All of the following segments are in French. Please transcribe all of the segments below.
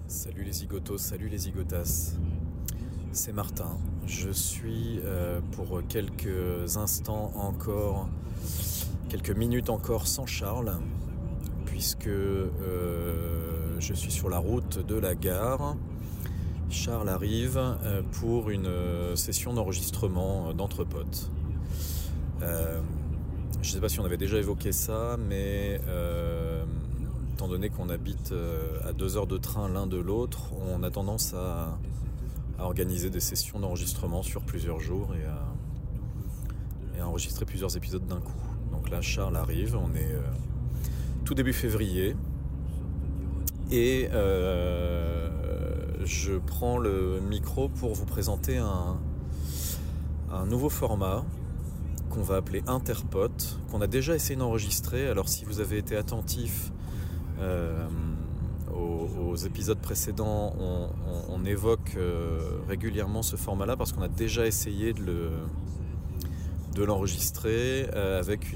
Salut les zigotos, salut les zigotas. C'est Martin. Je suis pour quelques instants encore, quelques minutes encore sans Charles, puisque je suis sur la route de la gare. Charles arrive pour une session d'enregistrement d'entre potes. Je ne sais pas si on avait déjà évoqué ça, mais étant donné qu'on habite à 2 heures de train l'un de l'autre, on a tendance à organiser des sessions d'enregistrement sur plusieurs jours et à enregistrer plusieurs épisodes d'un coup. Donc là, Charles arrive, on est tout début février, et je prends le micro pour vous présenter un nouveau format qu'on va appeler Interpote, qu'on a déjà essayé d'enregistrer. Alors si vous avez été attentif aux épisodes précédents, on évoque régulièrement ce format-là parce qu'on a déjà essayé de l'enregistrer avec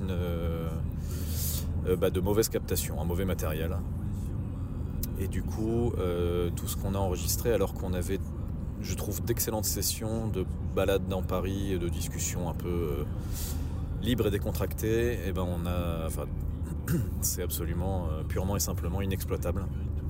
de mauvaises captations, un mauvais matériel. Et du coup, tout ce qu'on a enregistré, alors qu'on avait, je trouve, d'excellentes sessions de balades dans Paris, de discussions un peu libres et décontractées, et c'est absolument, purement et simplement inexploitable.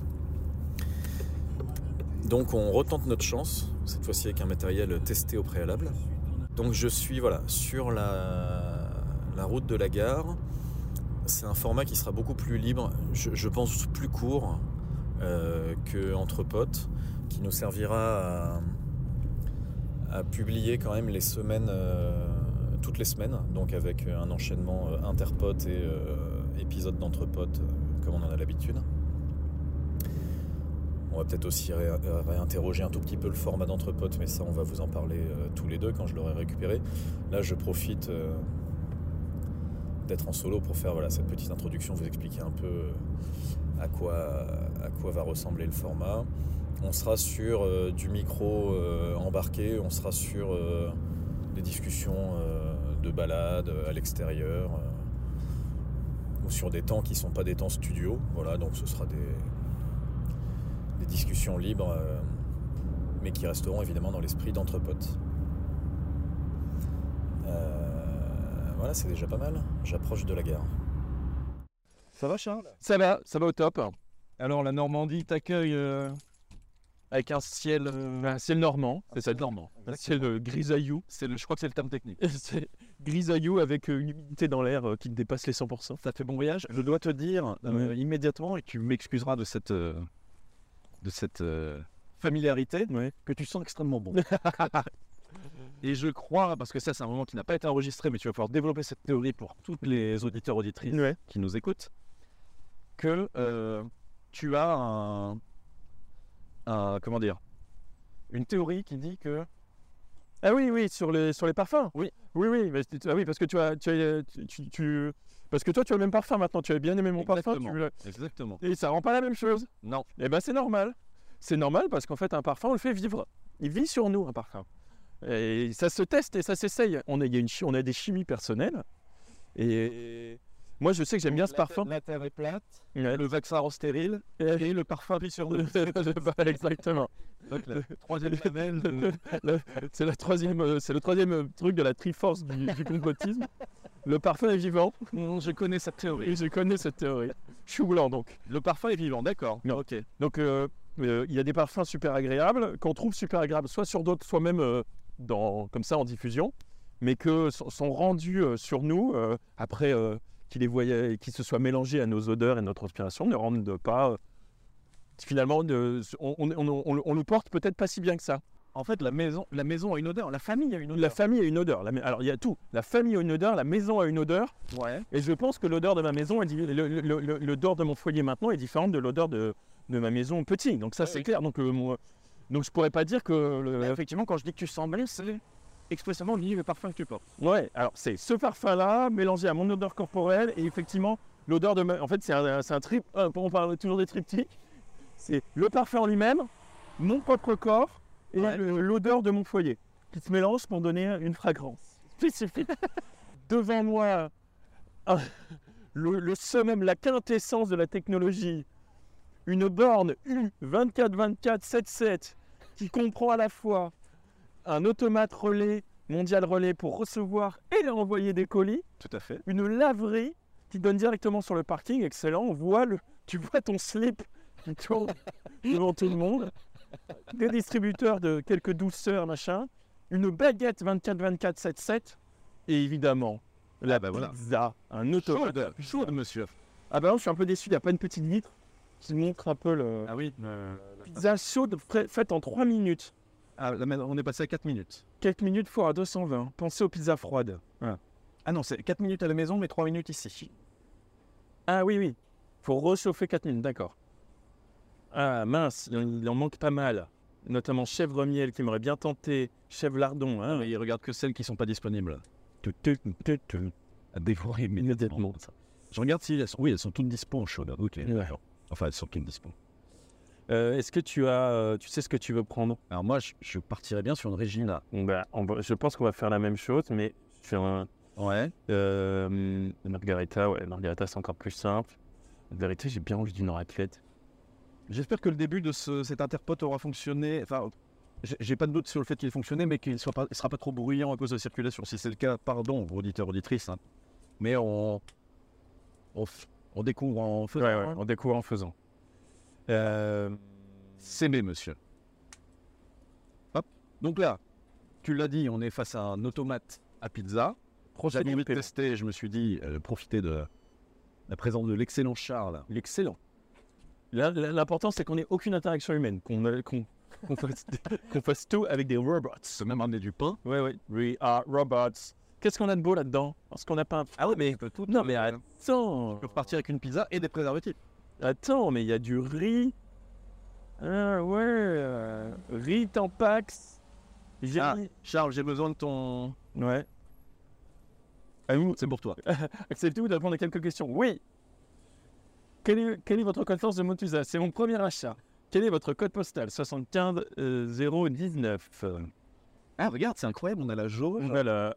Donc on retente notre chance, cette fois-ci avec un matériel testé au préalable. Donc je suis sur la route de la gare. C'est un format qui sera beaucoup plus libre, je pense plus court que Entre potes, qui nous servira à publier quand même les semaines, toutes les semaines, donc avec un enchaînement interpote et épisode d'Entre potes comme on en a l'habitude. On va peut-être aussi réinterroger un tout petit peu le format d'Entre potes, mais ça on va vous en parler tous les deux quand je l'aurai récupéré. Là je profite d'être en solo pour faire cette petite introduction, vous expliquer un peu à quoi va ressembler le format. On sera sur du micro embarqué, on sera sur des discussions de balade à l'extérieur ou sur des temps qui ne sont pas des temps studio. Voilà, donc ce sera des discussions libres mais qui resteront évidemment dans l'esprit d'Entre potes. Voilà, c'est déjà pas mal. J'approche de la gare. Ça va, Charles? Ça va au top. Alors, la Normandie t'accueille Avec un ciel normand, c'est ça, normand. Un ciel grisaillou. je crois que c'est le terme technique. C'est grisaillou avec une humidité dans l'air qui dépasse les 100%. Ça fait bon voyage. Je dois te dire immédiatement, et tu m'excuseras de cette familiarité, que tu sens extrêmement bon. Et je crois, parce que ça c'est un moment qui n'a pas été enregistré, mais tu vas pouvoir développer cette théorie pour tous les auditeurs auditrices qui nous écoutent, que tu as une théorie qui dit que Ah oui, sur les parfums. Oui, parce que parce que toi tu as le même parfum maintenant. Tu as bien aimé mon parfum. Exactement. Et ça rend pas la même chose. Non. Et c'est normal. C'est normal parce qu'en fait un parfum on le fait vivre. Il vit sur nous un parfum. Et ça se teste et ça s'essaye. On a des chimies personnelles. Et moi, je sais que j'aime bien ce parfum. La terre est plate, le vaccin rend stérile, et le parfum vit sur nous. Exactement. Donc, le troisième label. C'est le troisième truc de la Triforce du complotisme. Le parfum est vivant. Je connais cette théorie. Chou blanc, donc. Le parfum est vivant, d'accord. Non. Ok. Donc, il y a des parfums super agréables, qu'on trouve super agréables, soit sur d'autres, soit même comme ça en diffusion, mais que sont rendus sur nous, après qu'ils se soient mélangés à nos odeurs et notre respiration, ne rendent pas... finalement, on le porte peut-être pas si bien que ça. En fait, la maison a une odeur, la famille a une odeur. La famille a une odeur. Alors, il y a tout. La famille a une odeur, la maison a une odeur. Ouais. Et je pense que l'odeur de ma maison, l'odeur de mon foyer maintenant est différente de l'odeur de ma maison petit. Donc ça, c'est clair. Donc je pourrais pas dire que... Effectivement, quand je dis que tu sens bien, c'est expressément lié au parfum que tu portes. Ouais, alors c'est ce parfum-là mélangé à mon odeur corporelle et effectivement l'odeur de ma... En fait, c'est un trip... on parle toujours des triptyques. C'est le parfum en lui-même, mon propre corps et l'odeur de mon foyer qui se mélangent pour donner une fragrance spécifique. Devant moi, le summum, la quintessence de la technologie, une borne U24-24-7-7 qui comprend à la fois un automate relais, mondial relais pour recevoir et envoyer des colis, Tout à fait. une laverie qui donne directement sur le parking, excellent, tu vois ton slip qui tourne devant tout le monde, des distributeurs de quelques douceurs, machin, une baguette 24-24-7-7 et évidemment la pizza, un automate. Chaude, monsieur. Ah bah non, je suis un peu déçu, il n'y a pas une petite vitre qui montre un peu le... Ah oui. Pizza chaude faite en 3 minutes. Ah, là, maintenant, on est passé à 4 minutes. Quelques minutes fois à 220. Pensez aux pizzas froides. Voilà. Ah non, c'est 4 minutes à la maison, mais 3 minutes ici. Ah oui, oui. Faut réchauffer 4 minutes, d'accord. Ah mince, il en manque pas mal. Notamment chèvre miel qui m'aurait bien tenté. Chèvre lardon. Hein. Mais il regarde que celles qui ne sont pas disponibles. À dévorer immédiatement. Je regarde si elles sont... Oui, elles sont toutes dispo en chaude. Ok. Ouais. Enfin, elles sont toutes dispo. Est-ce que tu sais ce que tu veux prendre? Alors moi, je partirais bien sur une Regina. Je pense qu'on va faire la même chose, mais sur un Ouais. margarita. Ouais, margarita c'est encore plus simple. En vérité, j'ai bien envie d'une raclette. J'espère que le début de cet interpote aura fonctionné. Enfin, j'ai pas de doute sur le fait qu'il ait fonctionné, mais qu'il sera pas trop bruyant à cause de la circulation. Si c'est le cas, pardon, auditeurs, auditrices. Hein. Mais on découvre en faisant. Ouais, on découvre en faisant. S'aimer, monsieur. Hop. Donc là, tu l'as dit, on est face à un automate à pizza. J'avais envie de tester, je me suis dit, profiter de la présence de l'excellent Charles. L'excellent. L'important, c'est qu'on n'ait aucune interaction humaine, qu'on fasse tout avec des robots. Tu peux même amener du pain. Ouais. We are robots. Qu'est-ce qu'on a de beau là-dedans? Parce qu'on n'a pas un... Ah ouais, mais tout. Non, mais attends. Tu peux repartir avec une pizza et des préservatifs. Attends, mais il y a du riz. Ah ouais. Riz Tampax. Charles, j'ai besoin de ton... Ouais. C'est pour toi. Acceptez-vous de répondre à quelques questions? Oui. Quel est votre code force de Motusa? C'est mon premier achat. Quel est votre code postal? 75 019. Ah, regarde, c'est incroyable, on a la jauge. On a la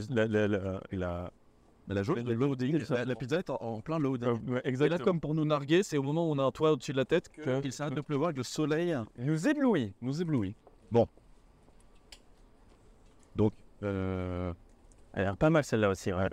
jauge, le loading. La pizza est en plein loading. ouais, Et exactement. là, comme pour nous narguer, c'est au moment où on a un toit au-dessus de la tête qu'il s'arrête de pleuvoir avec le soleil Nous éblouit. nous éblouit. Bon. Donc, Elle a l'air pas mal celle-là aussi. Ouais.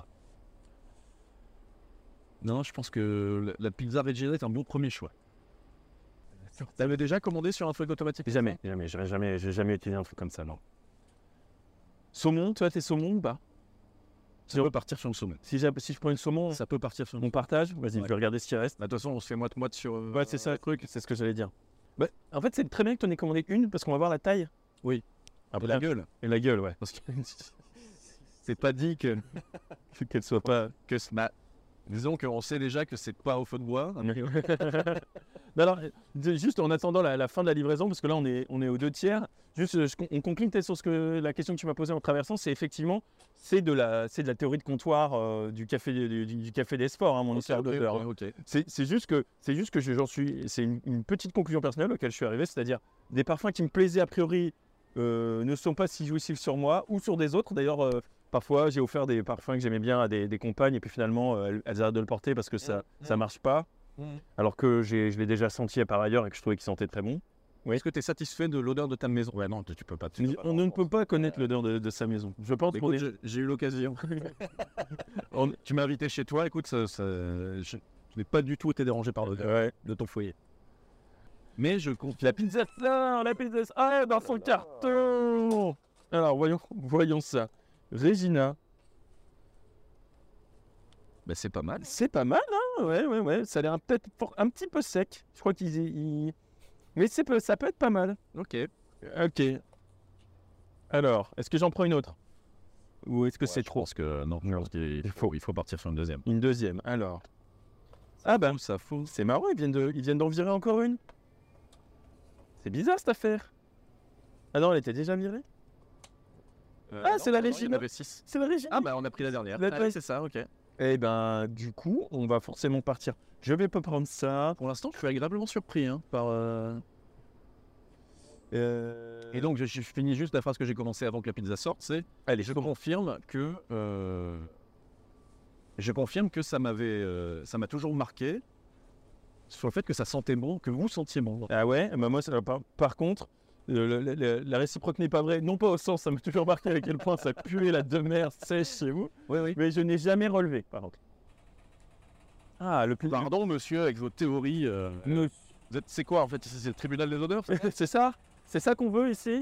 non, je pense que la pizza Regina est un bon premier choix. T'avais déjà commandé sur un truc automatique? Jamais. J'ai jamais utilisé un truc comme ça, non. Saumon, toi, t'es saumon ou pas? Ça peut partir sur le saumon. Si je prends une saumon, Ça peut partir sur le on partage. Vas-y, Ouais. je vais regarder ce qui reste. De toute façon, on se fait moite-moite sur... Ouais, c'est ça le truc, c'est ce que j'allais dire. Bah, en fait, c'est très bien que tu en aies commandé une parce qu'on va voir la taille. Oui. Après, la gueule. Et la gueule, ouais. Parce que C'est pas dit que... qu'elle soit pas. Disons qu'on sait déjà que c'est pas au feu de bois. Non, alors, juste en attendant la fin de la livraison, parce que là on est aux 2 tiers, juste on conclut peut-être sur la question que tu m'as posée en traversant, c'est effectivement c'est de la théorie de comptoir du café des sports, hein, mon histoire d'auteur. Ok. C'est juste que c'est une petite conclusion personnelle auquel je suis arrivé, c'est-à-dire des parfums qui me plaisaient a priori ne sont pas si jouissifs sur moi ou sur des autres. D'ailleurs, parfois j'ai offert des parfums que j'aimais bien à des compagnes et puis finalement elles arrêtent de le porter parce que ça marche pas. Alors que je l'ai déjà senti par ailleurs et que je trouvais qu'il sentait très bon. Oui. Est-ce que tu es satisfait de l'odeur de ta maison? Ouais, non, tu peux pas. On ne peut pas connaître l'odeur de sa maison. Je pense qu'on est... J'ai eu l'occasion. Tu m'as invité chez toi, écoute, je n'ai pas du tout été dérangé par l'odeur de ton foyer. Mais je compte. La pizza dans son carton. Alors voyons ça. Regina. Ben, c'est pas mal. C'est pas mal, hein? Ouais. Ça a l'air peut-être un petit peu sec. Je crois mais ça peut être pas mal. Ok. Alors, est-ce que j'en prends une autre? Ou est-ce que c'est trop? Parce que non, il faut partir sur une deuxième. Une deuxième, alors. Ça fout. C'est marrant, ils viennent d'en virer encore une. C'est bizarre cette affaire. Ah non, elle était déjà virée? C'est la Regina. Il y en avait 6. C'est la Regina. Ah bah on a pris la dernière. C'est ça, ok. Eh ben, du coup, on va forcément partir. Je vais pas prendre ça. Pour l'instant, je suis agréablement surpris par... Et donc, je finis juste la phrase que j'ai commencé avant que la pizza sorte, c'est... Allez, je confirme que ça m'a toujours marqué. sur le fait que ça sentait bon, que vous sentiez bon. Ah ouais, bah moi, par contre, la réciproque n'est pas vraie. Non pas au sens, ça m'a toujours marqué à quel point ça puait la demeure sèche chez vous. Oui. Mais je n'ai jamais relevé, par contre. Ah, Pardon, monsieur, avec vos théories. C'est quoi en fait? C'est le tribunal des odeurs? C'est ça? C'est ça qu'on veut ici?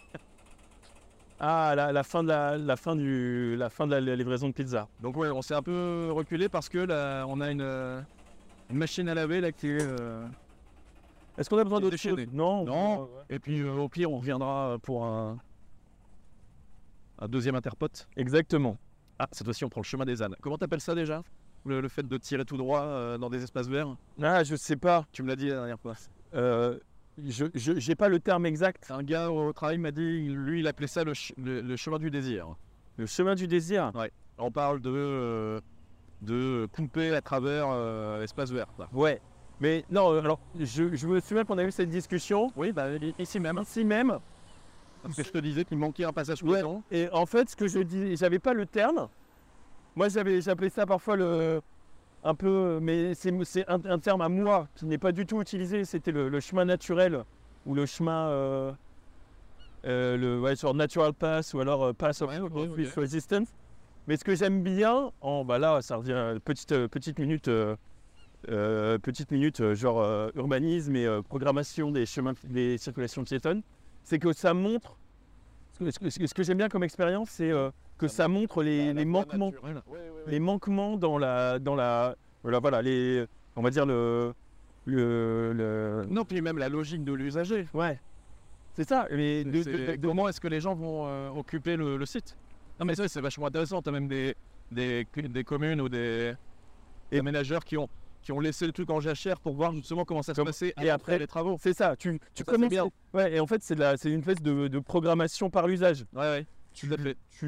Ah, la fin de la livraison de pizza. Donc ouais, on s'est un peu reculé parce que là, on a une machine à laver là qui est Est-ce qu'on a besoin d'autre chose? déchaînée. Non. Non. Et puis au pire, on reviendra pour un deuxième interpote. Exactement. Ah, cette fois-ci, on prend le chemin des ânes. Comment t'appelles ça déjà? Le fait de tirer tout droit dans des espaces verts? Ah, je sais pas. Tu me l'as dit la dernière fois. J'ai pas le terme exact. Un gars au travail m'a dit, lui, il appelait ça le chemin du désir. Le chemin du désir. Ouais. On parle de couper à travers l'espace vert. Quoi. Ouais. Mais non, alors, je me souviens qu'on a eu cette discussion. Oui, bah ici même. Ici même. Parce que je te disais qu'il manquait un passage Ouais. piéton. Et en fait, ce que je dis, j'avais pas le terme. Moi, j'appelais ça parfois un peu, mais c'est un terme à moi qui n'est pas du tout utilisé. C'était le chemin naturel ou le chemin, sur natural pass ou alors pass of resistance. Mais ce que j'aime bien, là, ça revient petite minute genre urbanisme et programmation des chemins, des circulations piétonnes, c'est que ça montre. Ce que j'aime bien comme expérience, c'est que ça montre les manquements, les manquements dans la voilà les, on va dire le Non, puis même la logique de l'usager. ouais, c'est ça. Mais comment est-ce que les gens vont occuper le site? Non, mais ça, c'est vachement intéressant. Tu as même des communes ou des aménageurs qui ont laissé le truc en jachère pour voir justement comment ça se passait et après les travaux. c'est ça. Tu commences bien. Ouais, et en fait, c'est une espèce de programmation par l'usage. Ouais. Tout à fait. Tu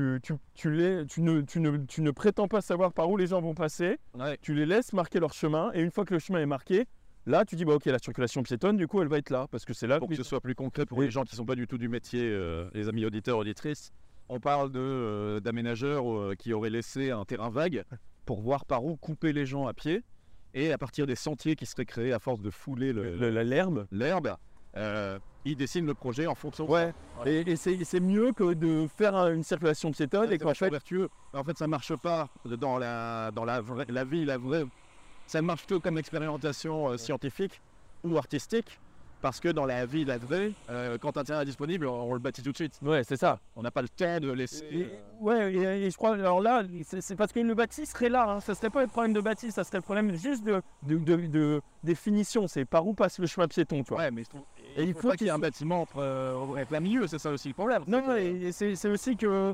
ne prétends pas savoir par où les gens vont passer. Ouais. Tu les laisses marquer leur chemin. Et une fois que le chemin est marqué, là, tu dis, ok, la circulation piétonne, du coup, elle va être là. Parce que c'est là. Pour que ce soit plus concret pour les gens qui ne sont pas du tout du métier, les amis auditeurs, auditrices, on parle d'aménageurs qui auraient laissé un terrain vague pour voir par où couper les gens à pied. Et à partir des sentiers qui seraient créés à force de fouler l'herbe, ils dessinent le projet en fonction. Ouais. Et c'est mieux que de faire une circulation piétonne et qu'en fait, vertueux. En fait, ça marche pas dans la vie, la vraie. Ça marche que comme expérimentation scientifique ou artistique, parce que dans la vie, la vraie, quand un terrain est disponible, on le bâtit tout de suite. Ouais, c'est ça. On n'a pas le temps de laisser. Et je crois, alors là, c'est parce que le bâti serait là. Hein. Ça serait pas le problème de bâti, ça serait le problème juste de définition. C'est par où passe le chemin piéton, tu vois. Ouais, mais il faut qu'il y ait un bâtiment en plein milieu, c'est ça aussi le problème. Non, et c'est aussi que.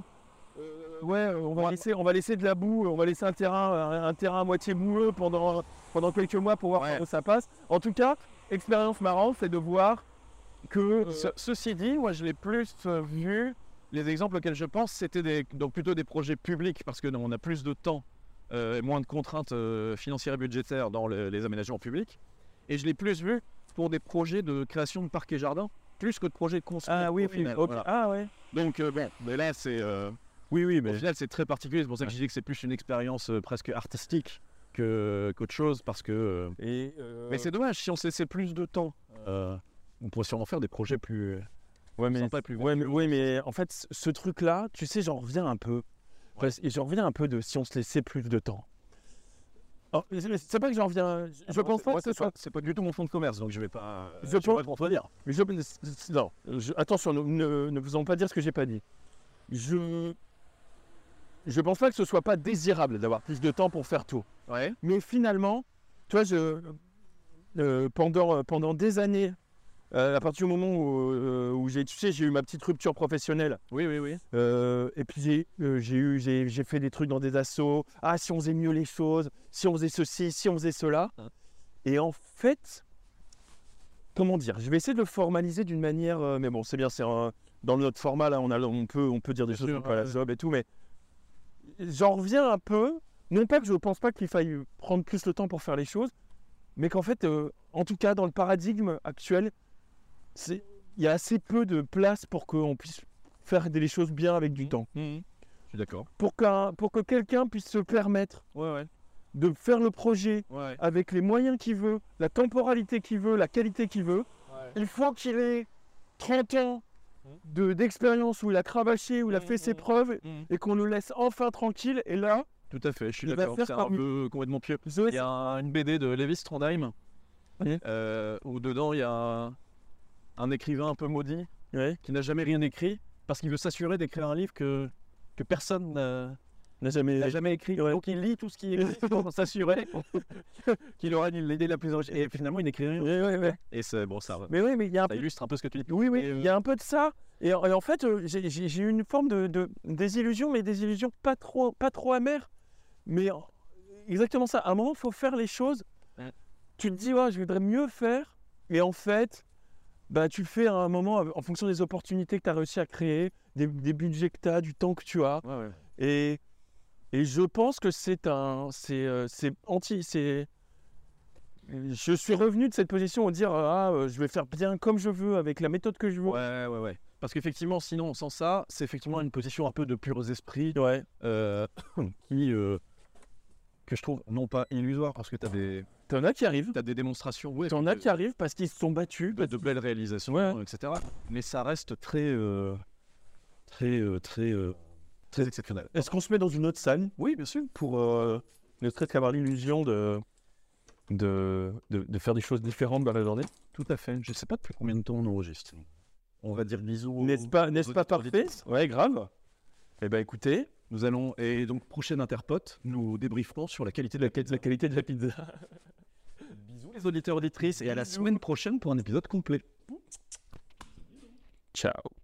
On va laisser de la boue, on va laisser un terrain à moitié boueux pendant quelques mois pour voir comment ça passe. En tout cas, expérience marrante, c'est de voir que. Ceci dit, moi je l'ai plus vu. Les exemples auxquels je pense, c'était donc plutôt des projets publics parce que on a plus de temps et moins de contraintes financières et budgétaires dans les aménagements publics. Et je l'ai plus vu pour des projets de création de parcs et jardins, plus que de projets de construction. Ah oui, okay. Voilà. Ah ouais. Donc mais là c'est. Oui, mais au final c'est très particulier. C'est pour ça que je dis que c'est plus une expérience presque artistique qu'autre chose parce que. Mais c'est dommage si on se laissait plus de temps. On pourrait sûrement faire des projets plus. Mais en fait, ce truc-là, tu sais, j'en reviens un peu. Ouais. Et j'en reviens un peu de si on se laissait plus de temps. Oh, c'est pas que j'en reviens. Je pense pas que c'est pas du tout mon fonds de commerce, donc je vais pas. Je peux pas te contredire. Mais attention, ne vous en pas dire ce que j'ai pas dit. Je pense pas que ce soit pas désirable d'avoir plus de temps pour faire tout. Ouais. Mais finalement, tu vois, pendant des années. À partir du moment où j'ai eu ma petite rupture professionnelle. Oui. Et puis j'ai fait des trucs dans des assos. Ah, si on faisait mieux les choses, si on faisait ceci, si on faisait cela. Et en fait, comment dire, je vais essayer de le formaliser d'une manière. Mais bon, c'est bien, dans notre format là, on peut dire des choses comme la job et tout, mais j'en reviens un peu. Non pas que je ne pense pas qu'il faille prendre plus le temps pour faire les choses, mais qu'en fait, en tout cas, dans le paradigme actuel. Il y a assez peu de place pour qu'on puisse faire les choses bien avec du temps. Je suis d'accord. Pour que quelqu'un puisse se permettre de faire le projet Ouais. avec les moyens qu'il veut, la temporalité qu'il veut, la qualité qu'il veut. Il faut qu'il ait 30 ans d'expérience où il a cravaché, où il a fait ses preuves et qu'on le laisse enfin tranquille. Et là, Tout à fait, je suis Il va d'accord. faire C'est un parmi- peu complètement pieux. Zoé, Il y a une BD de Lévi Strandheim Oui. où dedans il y a un écrivain un peu maudit Ouais. qui n'a jamais rien écrit parce qu'il veut s'assurer d'écrire un livre que personne n'a jamais. n'a jamais écrit. Ouais. Donc il lit tout ce qui est écrit pour s'assurer qu'il aura l'idée la plus originale. Et finalement il n'écrit rien. Ouais. Et c'est bon, ça Mais oui, mais il y a un ça peu. illustre un peu ce que tu dis. Oui, Et, il y a un peu de ça. Et en fait, j'ai eu une forme de désillusion, mais des illusions pas trop amères. Mais exactement ça. À un moment, il faut faire les choses. Ouais. Tu te dis, ouais, je voudrais mieux faire. Et en fait, bah, tu le fais à un moment en fonction des opportunités que tu as réussi à créer, des budgets que tu as, du temps que tu as. Ouais. Et je pense que c'est je suis revenu de cette position où dire je vais faire bien comme je veux avec la méthode que je veux. Ouais. Parce qu'effectivement, sinon, sans ça, c'est effectivement une position un peu de purs esprits Ouais. qui, que je trouve non pas illusoire parce que tu as T'en as qui arrivent. des démonstrations, ouais, T'en as qui arrivent parce qu'ils se sont battus. de belles réalisations, Ouais. etc. Mais ça reste très exceptionnel. Est-ce qu'on se met dans une autre salle Oui, bien sûr. pour ne serait-ce qu'avoir l'illusion de faire des choses différentes dans la journée? Tout à fait. Je sais pas depuis combien de temps on enregistre. On va dire bisous. N'est-ce pas auditeurs, parfait? auditrices. Ouais, grave. Eh ben écoutez, Nous allons, et donc prochaine interpote, nous débrieferons sur la qualité de la pizza. la qualité de la pizza. Bisous les auditeurs auditrices et à la semaine prochaine pour un épisode complet. Ciao.